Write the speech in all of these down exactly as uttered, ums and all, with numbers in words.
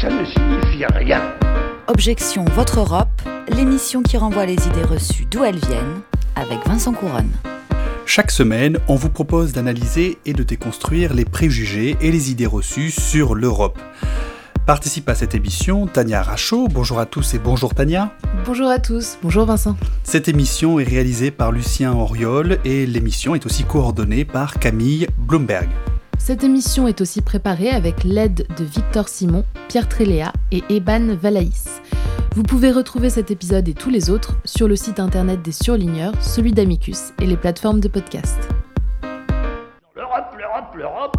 ça ne signifie rien. Objection Votre Europe, l'émission qui renvoie les idées reçues d'où elles viennent, avec Vincent Couronne. Chaque semaine, on vous propose d'analyser et de déconstruire les préjugés et les idées reçues sur l'Europe. Participe à cette émission Tania Rachaud. Bonjour à tous et bonjour Tania. Bonjour à tous, bonjour Vincent. Cette émission est réalisée par Lucien Auriol et l'émission est aussi coordonnée par Camille Bloomberg. Cette émission est aussi préparée avec l'aide de Victor Simon, Pierre Tréléa et Eban Valaïs. Vous pouvez retrouver cet épisode et tous les autres sur le site internet des Surligneurs, celui d'Amicus et les plateformes de podcast. L'Europe, l'Europe, l'Europe.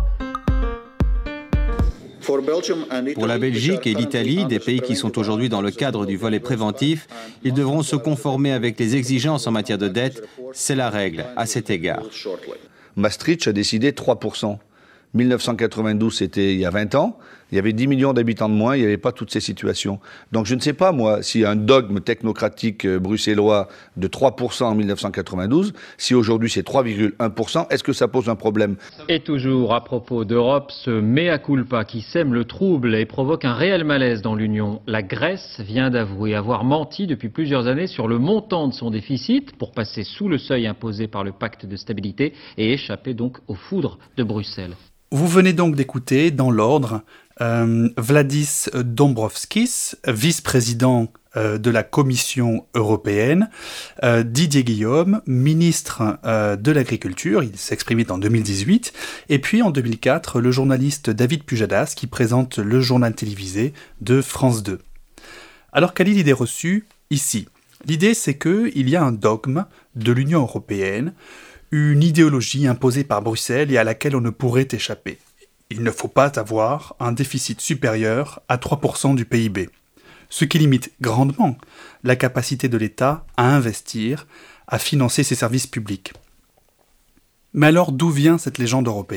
Pour la Belgique et l'Italie, des pays qui sont aujourd'hui dans le cadre du volet préventif, ils devront se conformer avec les exigences en matière de dette. C'est la règle à cet égard. Maastricht a décidé trois pour cent. dix-neuf cent quatre-vingt-douze, c'était il y a vingt ans. Il y avait dix millions d'habitants de moins, il n'y avait pas toutes ces situations. Donc je ne sais pas, moi, s'il y a un dogme technocratique bruxellois de trois pour cent en dix-neuf cent quatre-vingt-douze, si aujourd'hui c'est trois virgule un pour cent, est-ce que ça pose un problème ? Et toujours à propos d'Europe, ce mea culpa qui sème le trouble et provoque un réel malaise dans l'Union. La Grèce vient d'avouer avoir menti depuis plusieurs années sur le montant de son déficit pour passer sous le seuil imposé par le pacte de stabilité et échapper donc aux foudres de Bruxelles. Vous venez donc d'écouter, dans l'ordre, euh, Valdis Dombrovskis, vice-président euh, de la Commission européenne, euh, Didier Guillaume, ministre euh, de l'Agriculture, il s'exprimait en deux mille dix-huit, et puis en deux mille quatre, le journaliste David Pujadas, qui présente le journal télévisé de France deux. Alors, quelle est l'idée reçue ici ? L'idée, c'est qu'il y a un dogme de l'Union européenne, une idéologie imposée par Bruxelles et à laquelle on ne pourrait échapper. Il ne faut pas avoir un déficit supérieur à trois pour cent du P I B, ce qui limite grandement la capacité de l'État à investir, à financer ses services publics. Mais alors d'où vient cette légende européenne ?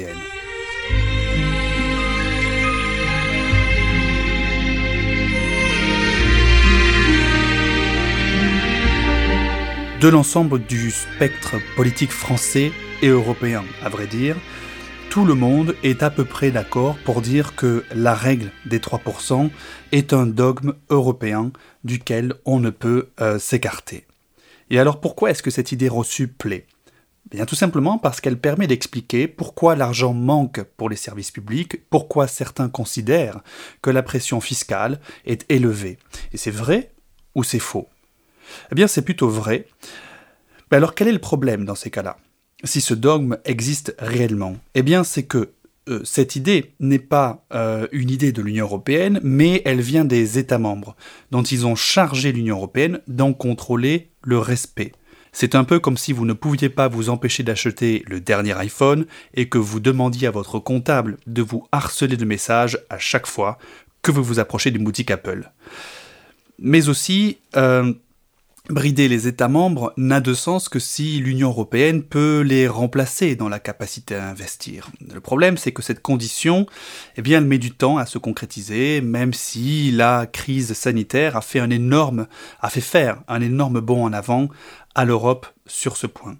De l'ensemble du spectre politique français et européen, à vrai dire, tout le monde est à peu près d'accord pour dire que la règle des trois pour cent est un dogme européen duquel on ne peut euh, s'écarter. Et alors pourquoi est-ce que cette idée reçue plaît ? Bien tout simplement parce qu'elle permet d'expliquer pourquoi l'argent manque pour les services publics, pourquoi certains considèrent que la pression fiscale est élevée. Et c'est vrai ou c'est faux ? Eh bien, c'est plutôt vrai. Mais alors, quel est le problème dans ces cas-là ? Si ce dogme existe réellement, eh bien, c'est que euh, cette idée n'est pas euh, une idée de l'Union européenne, mais elle vient des États membres, dont ils ont chargé l'Union européenne d'en contrôler le respect. C'est un peu comme si vous ne pouviez pas vous empêcher d'acheter le dernier iPhone et que vous demandiez à votre comptable de vous harceler de messages à chaque fois que vous vous approchez d'une boutique Apple. Mais aussi... Euh, Brider les États membres n'a de sens que si l'Union européenne peut les remplacer dans la capacité à investir. Le problème, c'est que cette condition, eh bien, elle met du temps à se concrétiser, même si la crise sanitaire a fait un énorme, a fait faire un énorme bond en avant à l'Europe sur ce point.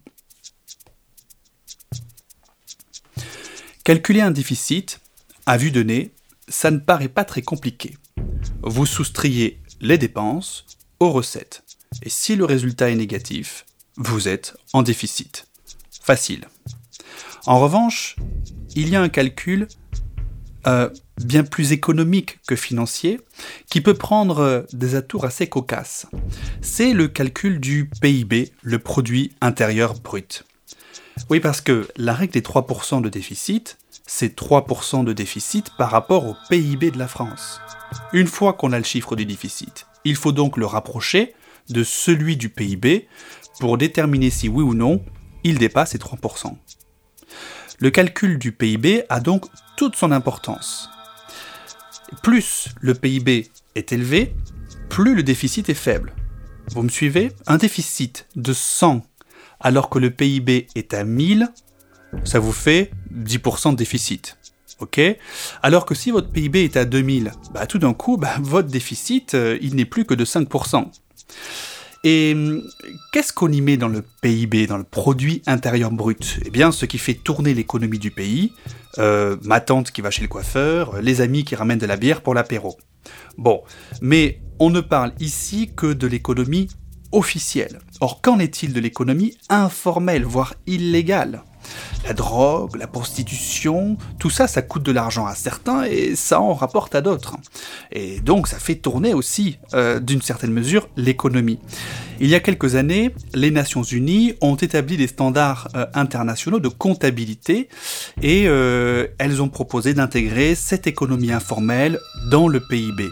Calculer un déficit, à vue de nez, ça ne paraît pas très compliqué. Vous soustrayez les dépenses aux recettes. Et si le résultat est négatif, vous êtes en déficit. Facile. En revanche, il y a un calcul euh, bien plus économique que financier qui peut prendre des atours assez cocasses. C'est le calcul du P I B, le produit intérieur brut. Oui, parce que la règle des trois pour cent de déficit, c'est trois pour cent de déficit par rapport au P I B de la France. Une fois qu'on a le chiffre du déficit, il faut donc le rapprocher de celui du P I B pour déterminer si oui ou non il dépasse les trois pour cent. Le calcul du P I B a donc toute son importance. Plus le P I B est élevé, plus le déficit est faible. Vous me suivez ? Un déficit de cent alors que le P I B est à mille, ça vous fait dix pour cent de déficit. Ok ? Alors que si votre P I B est à deux mille, bah, tout d'un coup, bah, votre déficit, euh, il n'est plus que de cinq pour cent. Et qu'est-ce qu'on y met dans le P I B, dans le produit intérieur brut ? Eh bien, ce qui fait tourner l'économie du pays, euh, ma tante qui va chez le coiffeur, les amis qui ramènent de la bière pour l'apéro. Bon, mais on ne parle ici que de l'économie officielle. Or, qu'en est-il de l'économie informelle, voire illégale ? La drogue, la prostitution, tout ça, ça coûte de l'argent à certains et ça en rapporte à d'autres. Et donc, ça fait tourner aussi, euh, d'une certaine mesure, l'économie. Il y a quelques années, les Nations Unies ont établi des standards euh, internationaux de comptabilité et euh, elles ont proposé d'intégrer cette économie informelle dans le P I B.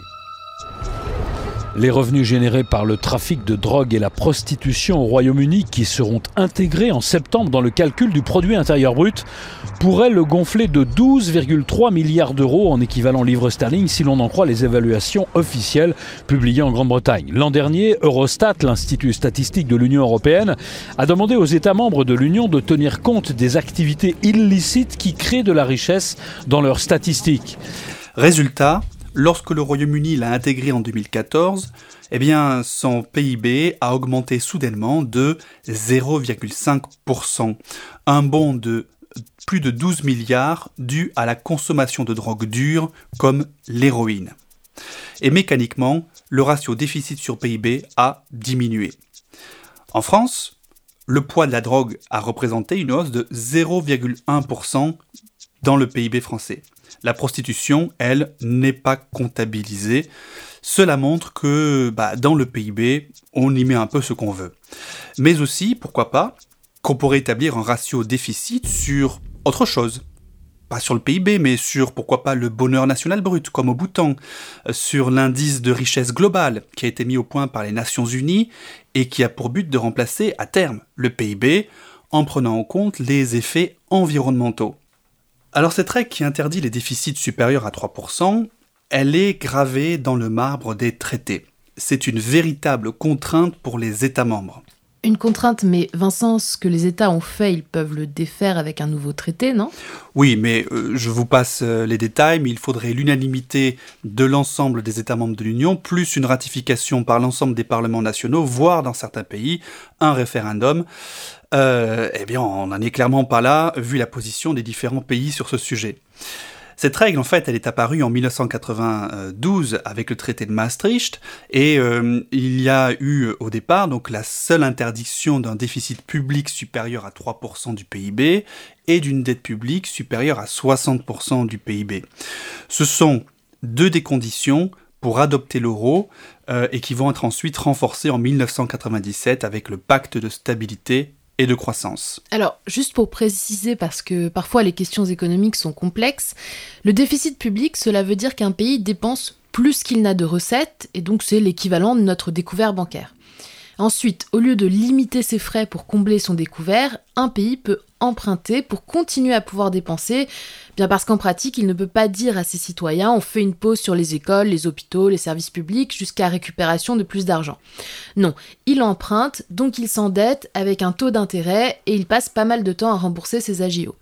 Les revenus générés par le trafic de drogue et la prostitution au Royaume-Uni, qui seront intégrés en septembre dans le calcul du produit intérieur brut, pourraient le gonfler de douze virgule trois milliards d'euros en équivalent livre sterling si l'on en croit les évaluations officielles publiées en Grande-Bretagne. L'an dernier, Eurostat, l'Institut statistique de l'Union européenne, a demandé aux États membres de l'Union de tenir compte des activités illicites qui créent de la richesse dans leurs statistiques. Résultat, lorsque le Royaume-Uni l'a intégré en deux mille quatorze, eh bien, son P I B a augmenté soudainement de zéro virgule cinq pour cent. Un bond de plus de douze milliards dû à la consommation de drogues dures comme l'héroïne. Et mécaniquement, le ratio déficit sur P I B a diminué. En France, le poids de la drogue a représenté une hausse de zéro virgule un pour cent dans le P I B français. La prostitution, elle, n'est pas comptabilisée. Cela montre que bah, dans le P I B, on y met un peu ce qu'on veut. Mais aussi, pourquoi pas, qu'on pourrait établir un ratio déficit sur autre chose. Pas sur le P I B, mais sur, pourquoi pas, le bonheur national brut, comme au Bhoutan, sur l'indice de richesse globale qui a été mis au point par les Nations Unies et qui a pour but de remplacer, à terme, le P I B en prenant en compte les effets environnementaux. Alors cette règle qui interdit les déficits supérieurs à trois pour cent, elle est gravée dans le marbre des traités. C'est une véritable contrainte pour les États membres. Une contrainte, mais Vincent, ce que les États ont fait, ils peuvent le défaire avec un nouveau traité, non ? Oui, mais euh, je vous passe euh, les détails, mais il faudrait l'unanimité de l'ensemble des États membres de l'Union, plus une ratification par l'ensemble des parlements nationaux, voire dans certains pays, un référendum. Euh, eh bien, on n'en est clairement pas là, vu la position des différents pays sur ce sujet. Cette règle, en fait, elle est apparue en dix-neuf cent quatre-vingt-douze avec le traité de Maastricht, et euh, il y a eu au départ donc la seule interdiction d'un déficit public supérieur à trois pour cent du P I B et d'une dette publique supérieure à soixante pour cent du P I B. Ce sont deux des conditions pour adopter l'euro euh, et qui vont être ensuite renforcées en dix-neuf cent quatre-vingt-dix-sept avec le pacte de stabilité et de croissance. Alors, juste pour préciser, parce que parfois les questions économiques sont complexes, le déficit public, cela veut dire qu'un pays dépense plus qu'il n'a de recettes, et donc c'est l'équivalent de notre découvert bancaire. Ensuite, au lieu de limiter ses frais pour combler son découvert, un pays peut emprunter pour continuer à pouvoir dépenser, bien parce qu'en pratique, il ne peut pas dire à ses citoyens « on fait une pause sur les écoles, les hôpitaux, les services publics jusqu'à récupération de plus d'argent ». Non, il emprunte, donc il s'endette avec un taux d'intérêt et il passe pas mal de temps à rembourser ses A G O.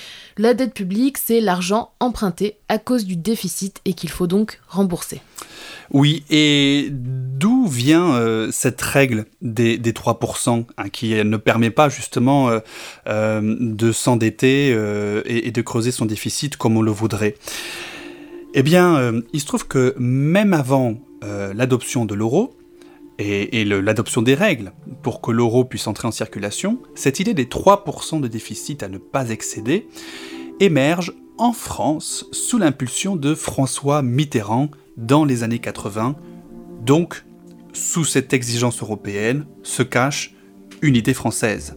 La dette publique, c'est l'argent emprunté à cause du déficit et qu'il faut donc rembourser. Oui, et d'où vient euh, cette règle des, des trois pour cent hein, qui ne permet pas justement euh, euh, de s'endetter euh, et, et de creuser son déficit comme on le voudrait ? Eh bien, euh, il se trouve que même avant euh, l'adoption de l'euro et, et le, l'adoption des règles pour que l'euro puisse entrer en circulation, cette idée des trois pour cent de déficit à ne pas excéder émerge en France sous l'impulsion de François Mitterrand dans les années quatre-vingts. Donc, sous cette exigence européenne se cache une idée française.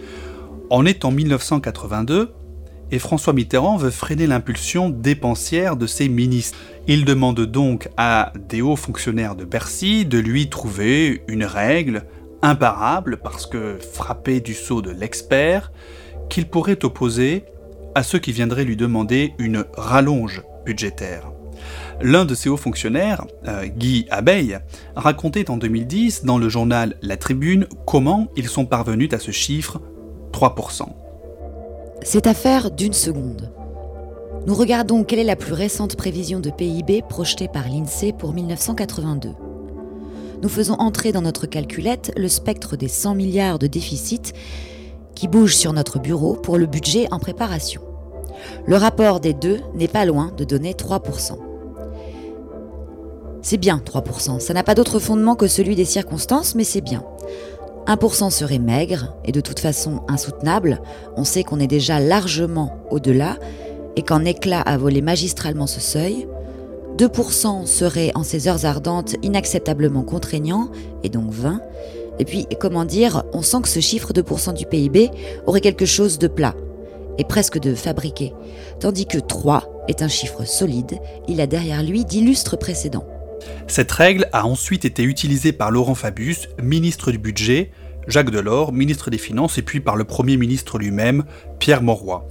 On est en dix-neuf cent quatre-vingt-deux et François Mitterrand veut freiner l'impulsion dépensière de ses ministres. Il demande donc à des hauts fonctionnaires de Bercy de lui trouver une règle imparable parce que frappé du sceau de l'expert qu'il pourrait opposer à ceux qui viendraient lui demander une rallonge budgétaire. L'un de ces hauts fonctionnaires, euh, Guy Abeille, racontait en deux mille dix dans le journal La Tribune comment ils sont parvenus à ce chiffre trois pour cent. Cette affaire d'une seconde. Nous regardons quelle est la plus récente prévision de P I B projetée par l'INSEE pour dix-neuf cent quatre-vingt-deux. nous faisons entrer dans notre calculette le spectre des cent milliards de déficit qui bouge sur notre bureau pour le budget en préparation. Le rapport des deux n'est pas loin de donner trois pour cent. C'est bien trois pour cent, ça n'a pas d'autre fondement que celui des circonstances, mais c'est bien. un pour cent serait maigre et de toute façon insoutenable, on sait qu'on est déjà largement au-delà et qu'en éclat a volé magistralement ce seuil. deux pour cent serait en ces heures ardentes inacceptablement contraignant et donc vain. Et puis, comment dire, on sent que ce chiffre deux pour cent du P I B aurait quelque chose de plat et presque de fabriqué, tandis que trois est un chiffre solide, il a derrière lui d'illustres précédents. Cette règle a ensuite été utilisée par Laurent Fabius, ministre du Budget, Jacques Delors, ministre des Finances, et puis par le Premier ministre lui-même, Pierre Mauroy.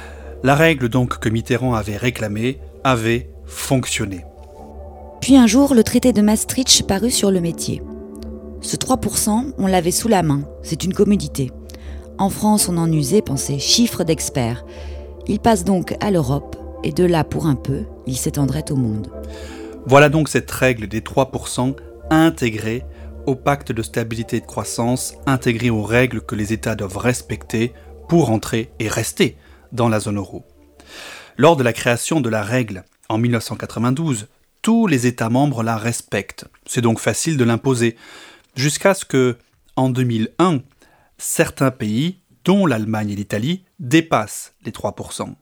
La règle donc que Mitterrand avait réclamée avait fonctionné. Puis un jour, le traité de Maastricht parut sur le métier. Ce trois pour cent, on l'avait sous la main, c'est une commodité. En France, on en usait, pensait chiffre d'experts. Il passe donc à l'Europe, et de là pour un peu, il s'étendrait au monde. Voilà donc cette règle des trois pour cent intégrée au pacte de stabilité et de croissance, intégrée aux règles que les États doivent respecter pour entrer et rester dans la zone euro. Lors de la création de la règle en dix-neuf cent quatre-vingt-douze, tous les États membres la respectent. C'est donc facile de l'imposer. Jusqu'à ce que, en deux mille un, certains pays, dont l'Allemagne et l'Italie, dépassent les trois pour cent.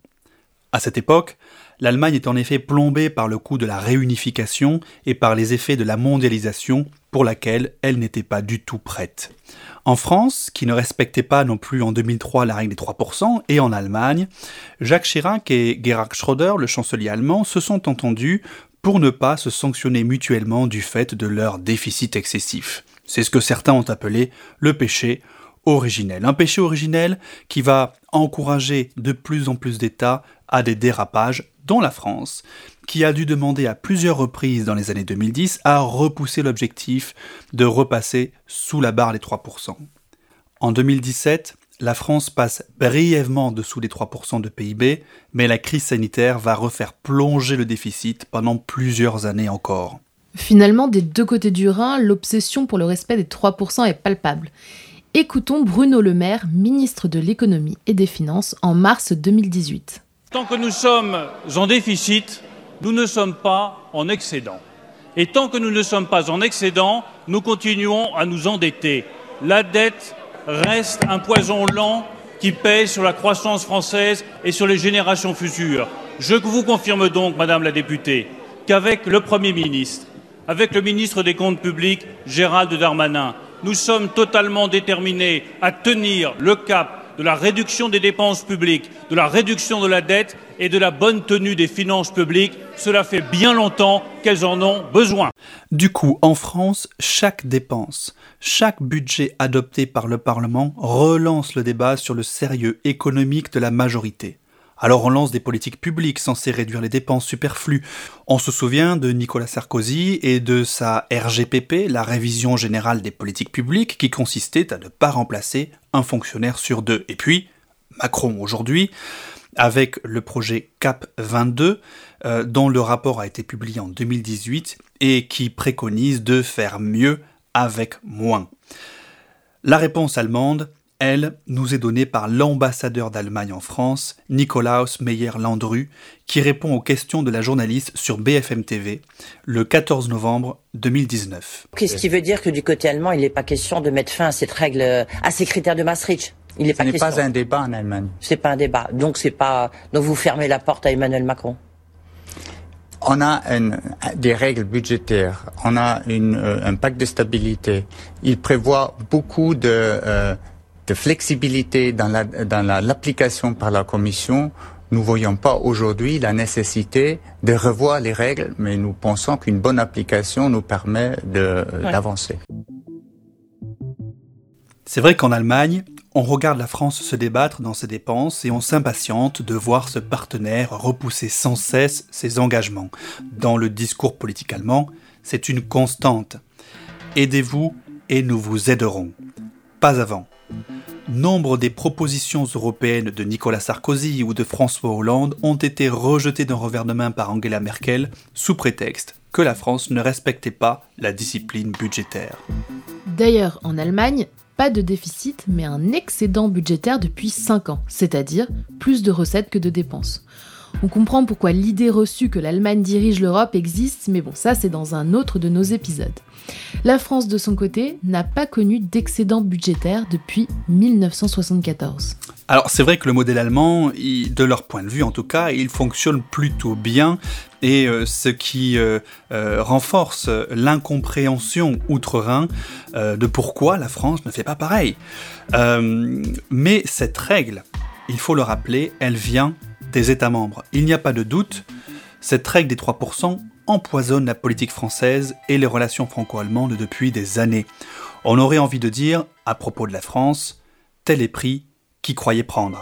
À cette époque, l'Allemagne est en effet plombée par le coût de la réunification et par les effets de la mondialisation pour laquelle elle n'était pas du tout prête. En France, qui ne respectait pas non plus en deux mille trois la règle des trois pour cent, et en Allemagne, Jacques Chirac et Gerhard Schröder, le chancelier allemand, se sont entendus pour ne pas se sanctionner mutuellement du fait de leur déficit excessif. C'est ce que certains ont appelé le péché originel. Un péché originel qui va encourager de plus en plus d'États à des dérapages, dont la France, qui a dû demander à plusieurs reprises dans les années deux mille dix à repousser l'objectif de repasser sous la barre des trois pour cent. En deux mille dix-sept, la France passe brièvement dessous des trois pour cent de P I B, mais la crise sanitaire va refaire plonger le déficit pendant plusieurs années encore. Finalement, des deux côtés du Rhin, l'obsession pour le respect des trois pour cent est palpable. Écoutons Bruno Le Maire, ministre de l'Économie et des Finances, en mars deux mille dix-huit. Tant que nous sommes en déficit, nous ne sommes pas en excédent. Et tant que nous ne sommes pas en excédent, nous continuons à nous endetter. La dette reste un poison lent qui pèse sur la croissance française et sur les générations futures. Je vous confirme donc, Madame la députée, qu'avec le Premier ministre, avec le ministre des Comptes publics, Gérald Darmanin, nous sommes totalement déterminés à tenir le cap de la réduction des dépenses publiques, de la réduction de la dette et de la bonne tenue des finances publiques. Cela fait bien longtemps qu'elles en ont besoin. Du coup, en France, chaque dépense, chaque budget adopté par le Parlement relance le débat sur le sérieux économique de la majorité. Alors on lance des politiques publiques censées réduire les dépenses superflues. On se souvient de Nicolas Sarkozy et de sa R G P P, la révision générale des politiques publiques, qui consistait à ne pas remplacer un fonctionnaire sur deux. Et puis, Macron aujourd'hui, avec le projet C A P vingt-deux, euh, dont le rapport a été publié en deux mille dix-huit et qui préconise de faire mieux avec moins. La réponse allemande, elle, nous est donnée par l'ambassadeur d'Allemagne en France, Nikolaus Meyer-Landru, qui répond aux questions de la journaliste sur B F M T V le quatorze novembre deux mille dix-neuf. Qu'est-ce qui veut dire que du côté allemand, il n'est pas question de mettre fin à cette règle, à ces critères de Maastricht? Il n'est pas question. Ce n'est pas un débat en Allemagne. C'est pas un débat. Donc c'est pas. Donc vous fermez la porte à Emmanuel Macron. On a une, des règles budgétaires. On a une, euh, un pacte de stabilité. Il prévoit beaucoup de euh, de flexibilité dans la, dans la, l'application par la Commission. Nous ne voyons pas aujourd'hui la nécessité de revoir les règles, mais nous pensons qu'une bonne application nous permet de, ouais. d'avancer. C'est vrai qu'en Allemagne, on regarde la France se débattre dans ses dépenses et on s'impatiente de voir ce partenaire repousser sans cesse ses engagements. Dans le discours politique allemand, c'est une constante. Aidez-vous et nous vous aiderons. Pas avant. Nombre des propositions européennes de Nicolas Sarkozy ou de François Hollande ont été rejetées d'un revers de main par Angela Merkel sous prétexte que la France ne respectait pas la discipline budgétaire. D'ailleurs, en Allemagne, pas de déficit, mais un excédent budgétaire depuis cinq ans, c'est-à-dire plus de recettes que de dépenses. On comprend pourquoi l'idée reçue que l'Allemagne dirige l'Europe existe, mais bon, ça c'est dans un autre de nos épisodes. La France, de son côté, n'a pas connu d'excédent budgétaire depuis dix-neuf cent soixante-quatorze. Alors c'est vrai que le modèle allemand, il, de leur point de vue en tout cas, il fonctionne plutôt bien, et euh, ce qui euh, euh, renforce l'incompréhension outre-Rhin euh, de pourquoi la France ne fait pas pareil. Euh, mais cette règle, il faut le rappeler, elle vient des États membres. Il n'y a pas de doute, cette règle des trois pour cent empoisonne la politique française et les relations franco-allemandes depuis des années. On aurait envie de dire, à propos de la France, tel est pris qui croyait prendre.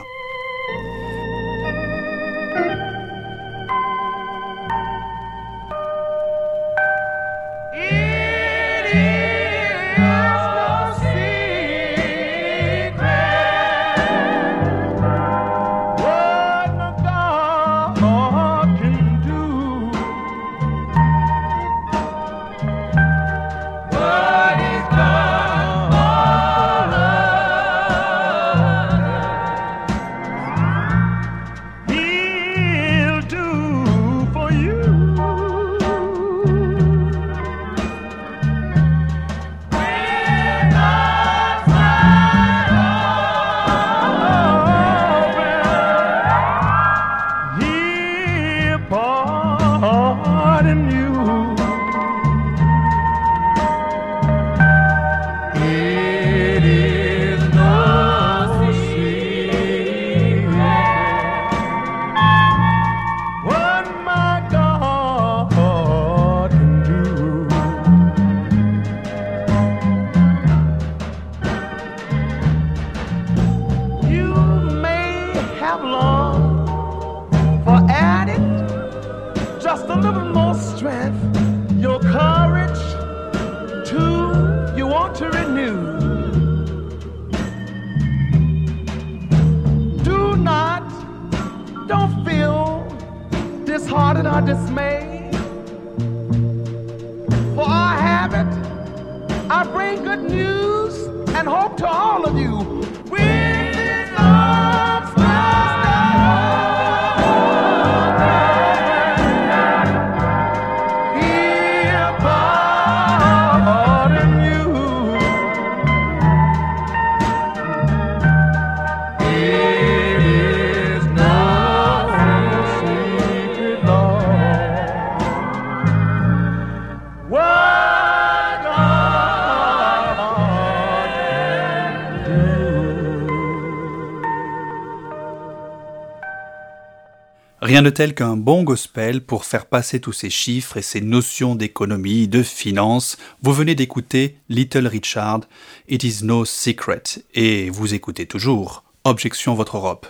Rien de tel qu'un bon gospel pour faire passer tous ces chiffres et ces notions d'économie, de finance. Vous venez d'écouter Little Richard, It is no secret, et vous écoutez toujours Objection Votre Europe.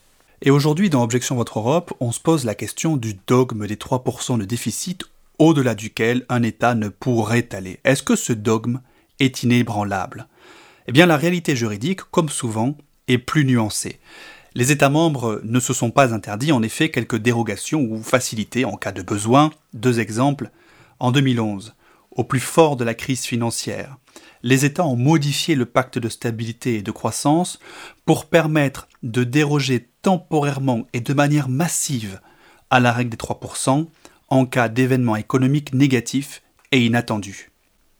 Et aujourd'hui, dans Objection Votre Europe, on se pose la question du dogme des trois pour cent de déficit au-delà duquel un État ne pourrait aller. Est-ce que ce dogme est inébranlable ? Eh bien, la réalité juridique, comme souvent, est plus nuancée. Les États membres ne se sont pas interdits en effet quelques dérogations ou facilités en cas de besoin. Deux exemples. En deux mille onze, au plus fort de la crise financière, les États ont modifié le pacte de stabilité et de croissance pour permettre de déroger temporairement et de manière massive à la règle des trois pour cent en cas d'événements économiques négatifs et inattendus.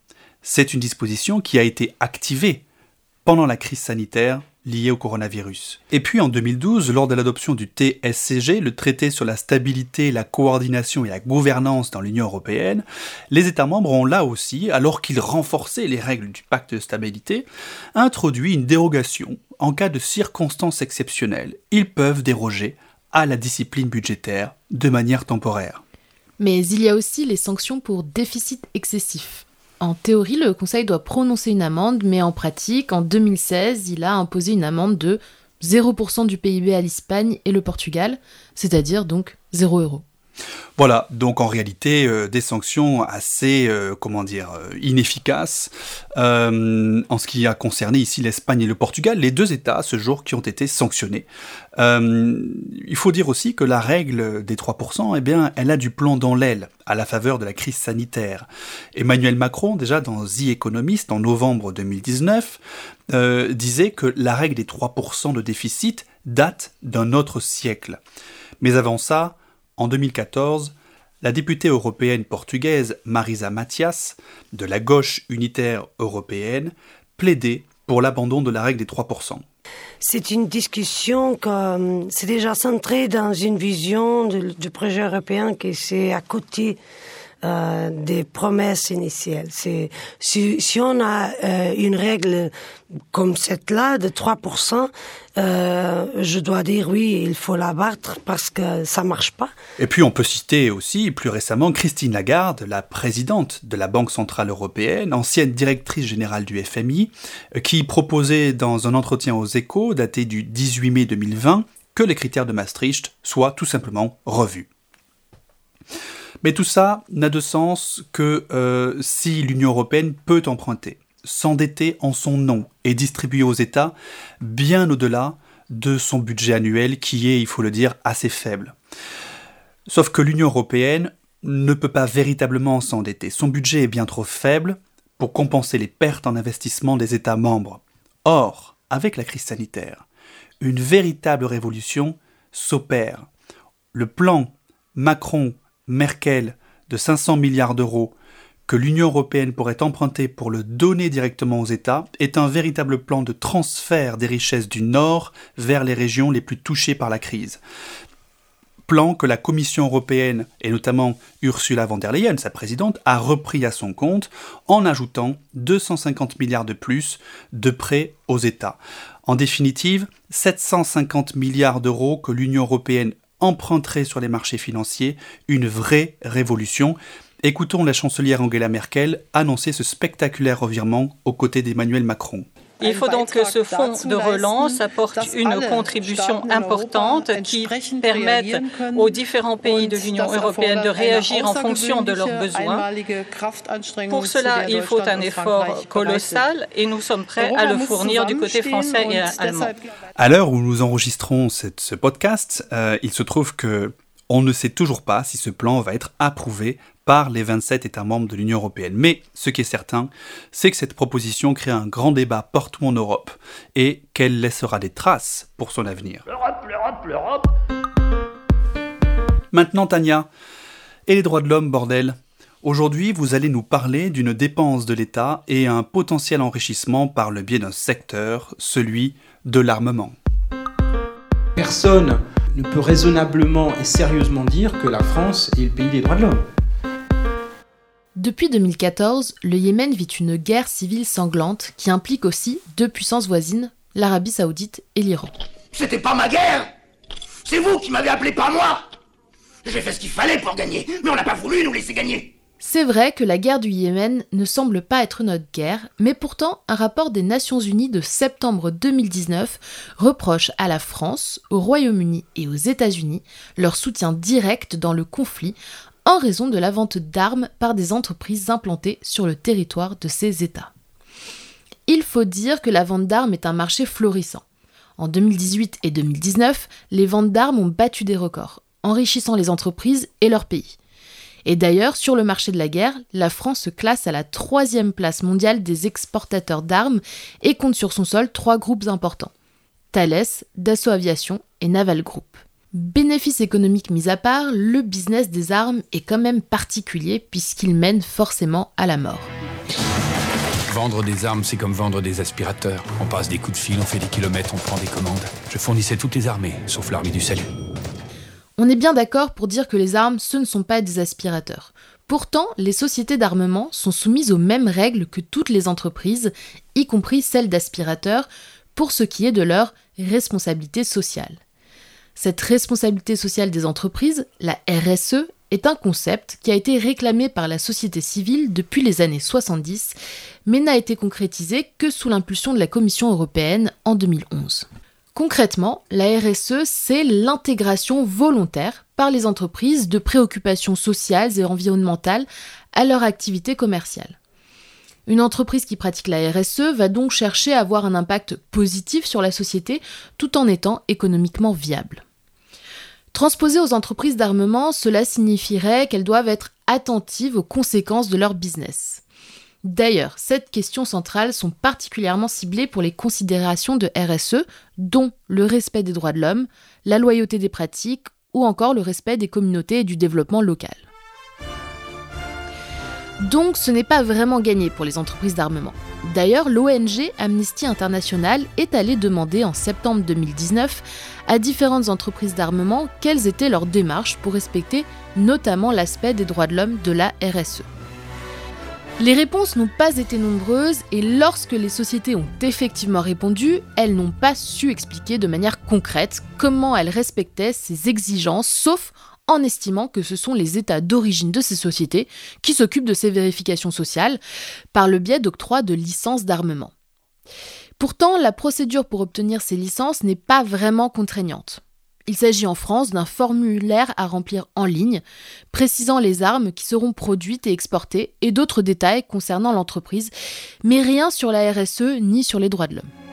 C'est une disposition qui a été activée pendant la crise sanitaire liée au coronavirus. Et puis en deux mille douze, lors de l'adoption du T S C G, le traité sur la stabilité, la coordination et la gouvernance dans l'Union européenne, les États membres ont là aussi, alors qu'ils renforçaient les règles du pacte de stabilité, introduit une dérogation en cas de circonstances exceptionnelles. Ils peuvent déroger à la discipline budgétaire de manière temporaire. Mais il y a aussi les sanctions pour déficit excessif. En théorie, le Conseil doit prononcer une amende, mais en pratique, en deux mille seize, il a imposé une amende de zéro pour cent du P I B à l'Espagne et le Portugal, c'est-à-dire donc zéro euro. Voilà, donc en réalité, euh, des sanctions assez, euh, comment dire, euh, inefficaces euh, en ce qui a concerné ici l'Espagne et le Portugal, les deux États à ce jour qui ont été sanctionnés. Euh, il faut dire aussi que la règle des trois pour cent, eh bien, elle a du plomb dans l'aile à la faveur de la crise sanitaire. Emmanuel Macron, déjà dans The Economist en novembre deux mille dix-neuf, euh, disait que la règle des trois pour cent de déficit date d'un autre siècle. Mais avant ça, en deux mille quatorze, la députée européenne portugaise Marisa Matias, de la gauche unitaire européenne, plaidait pour l'abandon de la règle des trois pour cent. C'est une discussion que c'est déjà centré dans une vision du, du projet européen qui c'est à côté euh, des promesses initiales. C'est, si, si on a euh, une règle comme cette-là de trois pour cent, euh, je dois dire oui, il faut l'abattre parce que ça marche pas. Et puis on peut citer aussi plus récemment Christine Lagarde, la présidente de la Banque Centrale Européenne, ancienne directrice générale du F M I, qui proposait dans un entretien aux Échos daté du dix-huit mai deux mille vingt que les critères de Maastricht soient tout simplement revus. Mais tout ça n'a de sens que euh, si l'Union européenne peut emprunter, s'endetter en son nom et distribuer aux États bien au-delà de son budget annuel qui est, il faut le dire, assez faible. Sauf que l'Union européenne ne peut pas véritablement s'endetter. Son budget est bien trop faible pour compenser les pertes en investissement des États membres. Or, avec la crise sanitaire, une véritable révolution s'opère. Le plan Macron-Merkel de cinq cents milliards d'euros que l'Union européenne pourrait emprunter pour le donner directement aux États est un véritable plan de transfert des richesses du Nord vers les régions les plus touchées par la crise. Plan que la Commission européenne, et notamment Ursula von der Leyen, sa présidente, a repris à son compte en ajoutant deux cent cinquante milliards de plus de prêts aux États. En définitive, sept cent cinquante milliards d'euros que l'Union européenne emprunterait sur les marchés financiers, une vraie révolution. Écoutons la chancelière Angela Merkel annoncer ce spectaculaire revirement aux côtés d'Emmanuel Macron. Il faut donc que ce fonds de relance apporte une contribution importante qui permette aux différents pays de l'Union européenne de réagir en fonction de leurs besoins. Pour cela, il faut un effort colossal et nous sommes prêts à le fournir du côté français et allemand. À l'heure où nous enregistrons cette, ce podcast, euh, il se trouve que on ne sait toujours pas si ce plan va être approuvé par les vingt-sept États membres de l'Union européenne. Mais ce qui est certain, c'est que cette proposition crée un grand débat partout en Europe et qu'elle laissera des traces pour son avenir. L'Europe, l'Europe, l'Europe. Maintenant, Tania, et les droits de l'homme, bordel. Aujourd'hui, vous allez nous parler d'une dépense de l'État et un potentiel enrichissement par le biais d'un secteur, celui de l'armement. Personne ne peut raisonnablement et sérieusement dire que la France est le pays des droits de l'homme. Depuis deux mille quatorze, le Yémen vit une guerre civile sanglante qui implique aussi deux puissances voisines, l'Arabie Saoudite et l'Iran. C'était pas ma guerre! C'est vous qui m'avez appelé, pas moi! J'ai fait ce qu'il fallait pour gagner, mais on n'a pas voulu nous laisser gagner! C'est vrai que la guerre du Yémen ne semble pas être notre guerre, mais pourtant un rapport des Nations Unies de septembre deux mille dix-neuf reproche à la France, au Royaume-Uni et aux États-Unis leur soutien direct dans le conflit en raison de la vente d'armes par des entreprises implantées sur le territoire de ces États. Il faut dire que la vente d'armes est un marché florissant. En deux mille dix-huit et deux mille dix-neuf, les ventes d'armes ont battu des records, enrichissant les entreprises et leurs pays. Et d'ailleurs, sur le marché de la guerre, la France se classe à la troisième place mondiale des exportateurs d'armes et compte sur son sol trois groupes importants. Thales, Dassault Aviation et Naval Group. Bénéfices économiques mis à part, le business des armes est quand même particulier puisqu'il mène forcément à la mort. Vendre des armes, c'est comme vendre des aspirateurs. On passe des coups de fil, on fait des kilomètres, on prend des commandes. Je fournissais toutes les armées, sauf l'armée du salut. On est bien d'accord pour dire que les armes, ce ne sont pas des aspirateurs. Pourtant, les sociétés d'armement sont soumises aux mêmes règles que toutes les entreprises, y compris celles d'aspirateurs, pour ce qui est de leur responsabilité sociale. Cette responsabilité sociale des entreprises, la R S E, est un concept qui a été réclamé par la société civile depuis les années soixante-dix, mais n'a été concrétisé que sous l'impulsion de la Commission européenne en deux mille onze. Concrètement, la R S E, c'est l'intégration volontaire par les entreprises de préoccupations sociales et environnementales à leur activité commerciale. Une entreprise qui pratique la R S E va donc chercher à avoir un impact positif sur la société tout en étant économiquement viable. Transposé aux entreprises d'armement, cela signifierait qu'elles doivent être attentives aux conséquences de leur business. D'ailleurs, cette question centrale sont particulièrement ciblées pour les considérations de R S E, dont le respect des droits de l'homme, la loyauté des pratiques ou encore le respect des communautés et du développement local. Donc ce n'est pas vraiment gagné pour les entreprises d'armement. D'ailleurs, l'O N G Amnesty International est allée demander en septembre deux mille dix-neuf à différentes entreprises d'armement quelles étaient leurs démarches pour respecter notamment l'aspect des droits de l'homme de la R S E. Les réponses n'ont pas été nombreuses et lorsque les sociétés ont effectivement répondu, elles n'ont pas su expliquer de manière concrète comment elles respectaient ces exigences, sauf en estimant que ce sont les États d'origine de ces sociétés qui s'occupent de ces vérifications sociales par le biais d'octroi de licences d'armement. Pourtant, la procédure pour obtenir ces licences n'est pas vraiment contraignante. Il s'agit en France d'un formulaire à remplir en ligne, précisant les armes qui seront produites et exportées et d'autres détails concernant l'entreprise, mais rien sur la R S E ni sur les droits de l'homme.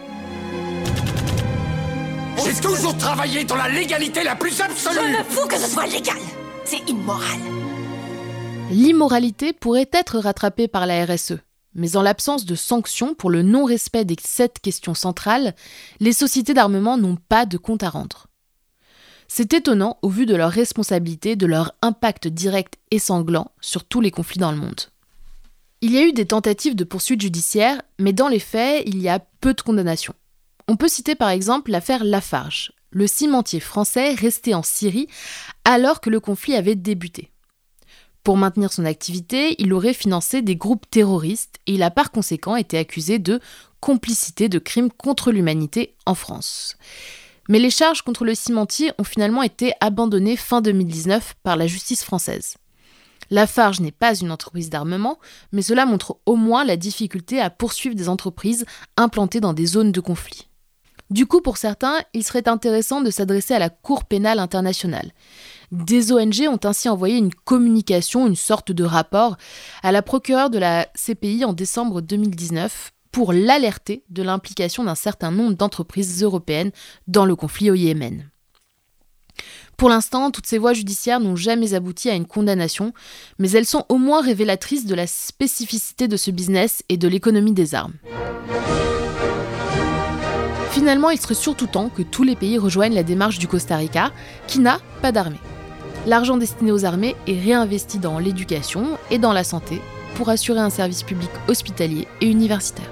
J'ai toujours travaillé dans la légalité la plus absolue. Je me fous que ce soit légal. C'est immoral. L'immoralité pourrait être rattrapée par la R S E, mais en l'absence de sanctions pour le non-respect des sept questions centrales, les sociétés d'armement n'ont pas de compte à rendre. C'est étonnant au vu de leur responsabilité, de leur impact direct et sanglant sur tous les conflits dans le monde. Il y a eu des tentatives de poursuites judiciaires, mais dans les faits, il y a peu de condamnations. On peut citer par exemple l'affaire Lafarge, le cimentier français resté en Syrie alors que le conflit avait débuté. Pour maintenir son activité, il aurait financé des groupes terroristes et il a par conséquent été accusé de complicité de crimes contre l'humanité en France. Mais les charges contre le cimentier ont finalement été abandonnées fin deux mille dix-neuf par la justice française. Lafarge n'est pas une entreprise d'armement, mais cela montre au moins la difficulté à poursuivre des entreprises implantées dans des zones de conflit. Du coup, pour certains, il serait intéressant de s'adresser à la Cour pénale internationale. Des O N G ont ainsi envoyé une communication, une sorte de rapport, à la procureure de la C P I en décembre deux mille dix-neuf pour l'alerter de l'implication d'un certain nombre d'entreprises européennes dans le conflit au Yémen. Pour l'instant, toutes ces voies judiciaires n'ont jamais abouti à une condamnation, mais elles sont au moins révélatrices de la spécificité de ce business et de l'économie des armes. Finalement, il serait surtout temps que tous les pays rejoignent la démarche du Costa Rica, qui n'a pas d'armée. L'argent destiné aux armées est réinvesti dans l'éducation et dans la santé pour assurer un service public hospitalier et universitaire.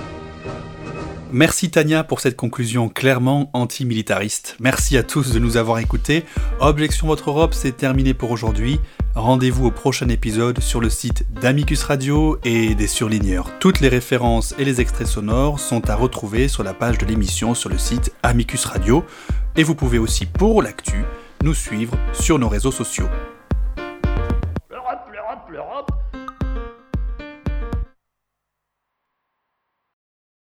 Merci Tania pour cette conclusion clairement antimilitariste. Merci à tous de nous avoir écoutés. Objection Votre Europe, c'est terminé pour aujourd'hui. Rendez-vous au prochain épisode sur le site d'Amicus Radio et des Surligneurs. Toutes les références et les extraits sonores sont à retrouver sur la page de l'émission sur le site Amicus Radio. Et vous pouvez aussi, pour l'actu, nous suivre sur nos réseaux sociaux. L'Europe, l'Europe, l'Europe